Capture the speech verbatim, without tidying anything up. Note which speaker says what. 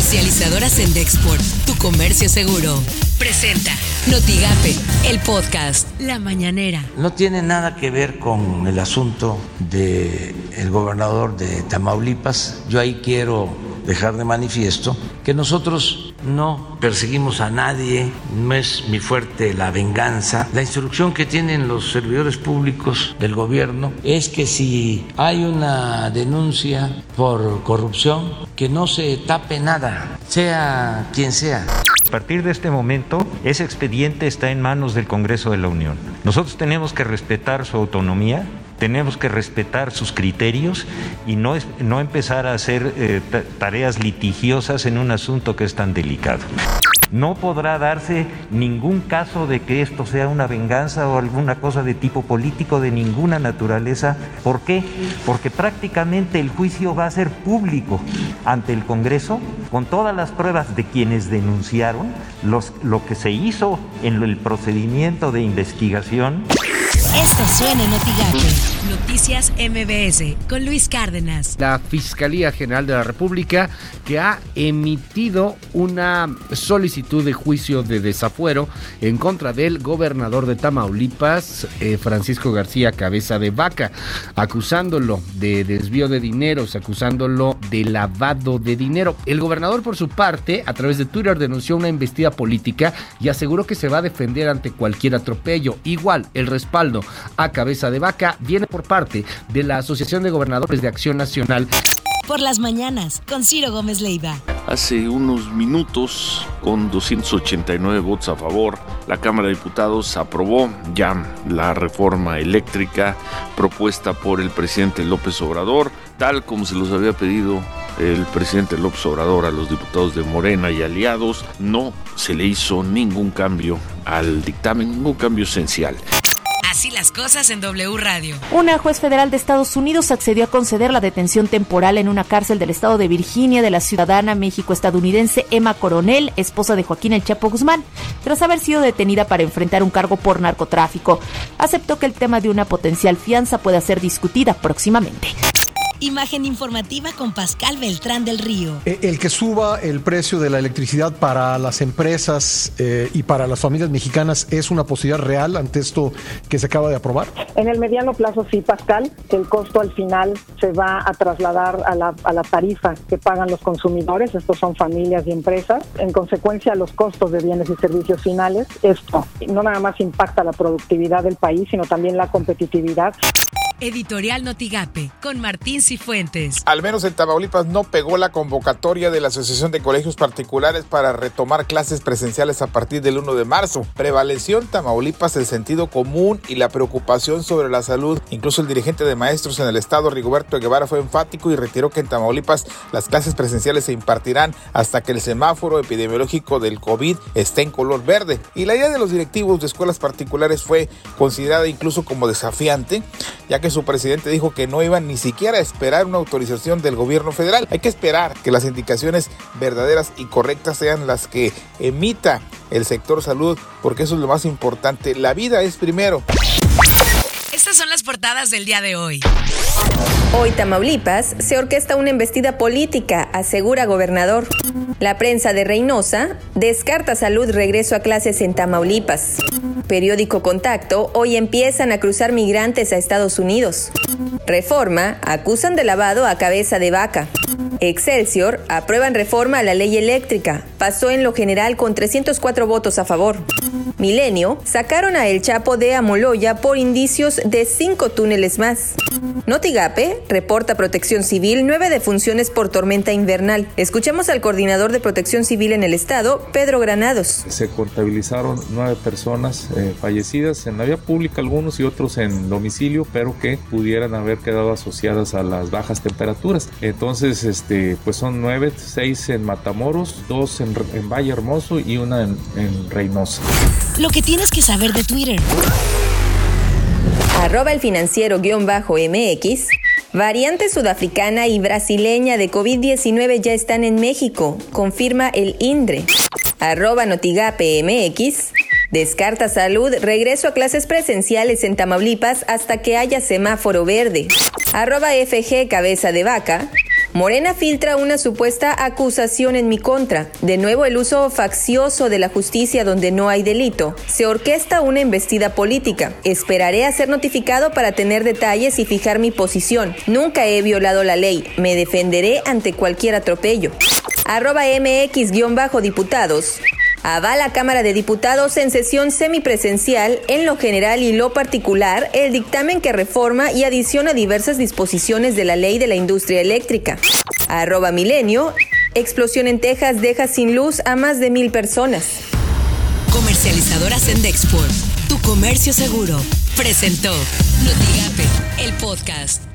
Speaker 1: Comercializadora Sendexport, tu comercio seguro. Presenta Notigape, el podcast La Mañanera.
Speaker 2: No tiene nada que ver con el asunto del gobernador de Tamaulipas. Yo ahí quiero dejar de manifiesto que nosotros no perseguimos a nadie, no es mi fuerte la venganza. La instrucción que tienen los servidores públicos del gobierno es que si hay una denuncia por corrupción, que no se tape nada, sea quien sea.
Speaker 3: A partir de este momento, ese expediente está en manos del Congreso de la Unión. Nosotros tenemos que respetar su autonomía, tenemos que respetar sus criterios y no, es, no empezar a hacer eh, tareas litigiosas en un asunto que es tan delicado. No podrá darse ningún caso de que esto sea una venganza o alguna cosa de tipo político de ninguna naturaleza. ¿Por qué? Porque prácticamente el juicio va a ser público ante el Congreso, con todas las pruebas de quienes denunciaron, los, lo que se hizo en el procedimiento de investigación.
Speaker 1: Esto suena en Notigape. Noticias M B S con Luis Cárdenas.
Speaker 4: La Fiscalía General de la República, que ha emitido una solicitud de juicio de desafuero en contra del gobernador de Tamaulipas, eh, Francisco García Cabeza de Vaca, acusándolo de desvío de dineros, acusándolo de lavado de dinero. El gobernador, por su parte, a través de Twitter denunció una embestida política y aseguró que se va a defender ante cualquier atropello. Igual, el respaldo a Cabeza de Vaca viene por parte de la Asociación de Gobernadores de Acción Nacional.
Speaker 1: Por las mañanas, con Ciro Gómez Leiva.
Speaker 5: Hace unos minutos, con doscientos ochenta y nueve votos a favor, la Cámara de Diputados aprobó ya la reforma eléctrica propuesta por el presidente López Obrador, tal como se los había pedido el presidente López Obrador a los diputados de Morena y aliados. No se le hizo ningún cambio al dictamen, ningún cambio esencial.
Speaker 1: Así las cosas en W Radio.
Speaker 6: Una juez federal de Estados Unidos accedió a conceder la detención temporal en una cárcel del estado de Virginia de la ciudadana méxico-estadounidense Emma Coronel, esposa de Joaquín El Chapo Guzmán, tras haber sido detenida para enfrentar un cargo por narcotráfico. Aceptó que el tema de una potencial fianza pueda ser discutida próximamente.
Speaker 1: Imagen informativa con Pascal Beltrán del Río.
Speaker 7: El que suba el precio de la electricidad para las empresas eh, y para las familias mexicanas es una posibilidad real ante esto que se acaba de aprobar.
Speaker 8: En el mediano plazo sí, Pascal, que el costo al final se va a trasladar a la, a la tarifa que pagan los consumidores, estos son familias y empresas. En consecuencia, los costos de bienes y servicios finales, esto no nada más impacta la productividad del país, sino también la competitividad.
Speaker 1: Editorial Notigape, con Martín Cifuentes.
Speaker 9: Al menos en Tamaulipas no pegó la convocatoria de la Asociación de Colegios Particulares para retomar clases presenciales a partir del primero de marzo. Prevaleció en Tamaulipas el sentido común y la preocupación sobre la salud. Incluso el dirigente de maestros en el estado, Rigoberto Guevara, fue enfático y reiteró que en Tamaulipas las clases presenciales se impartirán hasta que el semáforo epidemiológico del COVID esté en color verde. Y la idea de los directivos de escuelas particulares fue considerada incluso como desafiante, ya que su presidente dijo que no iban ni siquiera a esperar una autorización del gobierno federal. Hay que esperar que las indicaciones verdaderas y correctas sean las que emita el sector salud, porque eso es lo más importante. La vida es primero.
Speaker 1: Estas son las portadas del día de hoy.
Speaker 10: Hoy Tamaulipas se orquesta una embestida política, asegura gobernador. La prensa de Reynosa descarta salud regreso a clases en Tamaulipas. Periódico Contacto, hoy empiezan a cruzar migrantes a Estados Unidos. Reforma, acusan de lavado a Cabeza de Vaca. Excelsior, aprueban reforma a la ley eléctrica. Pasó en lo general con trescientos cuatro votos a favor. Milenio, sacaron a El Chapo de Amoloya por indicios de cinco túneles más. Notigape, reporta Protección Civil, nueve defunciones por tormenta invernal. Escuchamos al coordinador de Protección Civil en el estado, Pedro Granados.
Speaker 11: Se contabilizaron nueve personas eh, fallecidas en la vía pública, algunos y otros en domicilio, pero que pudieran haber quedado asociadas a las bajas temperaturas. Entonces, este, pues son nueve, seis en Matamoros, dos en, en Valle Hermoso y una en, en Reynosa.
Speaker 1: Lo que tienes que saber de Twitter.
Speaker 10: Arroba el financiero guión bajo M X. Variante sudafricana y brasileña de COVID diecinueve ya están en México, confirma el INDRE. Arroba Notigape M X. Descarta salud, regreso a clases presenciales en Tamaulipas hasta que haya semáforo verde. Arroba F G Cabeza de Vaca. Morena filtra una supuesta acusación en mi contra. De nuevo el uso faccioso de la justicia donde no hay delito. Se orquesta una embestida política. Esperaré a ser notificado para tener detalles y fijar mi posición. Nunca he violado la ley. Me defenderé ante cualquier atropello. Arroba mx-diputados. Avala Cámara de Diputados en sesión semipresencial, en lo general y lo particular, el dictamen que reforma y adiciona diversas disposiciones de la ley de la industria eléctrica. Arroba Milenio. Explosión en Texas deja sin luz a más de mil personas.
Speaker 1: Comercializadora Sendexport, tu comercio seguro, presentó Notigape, el podcast.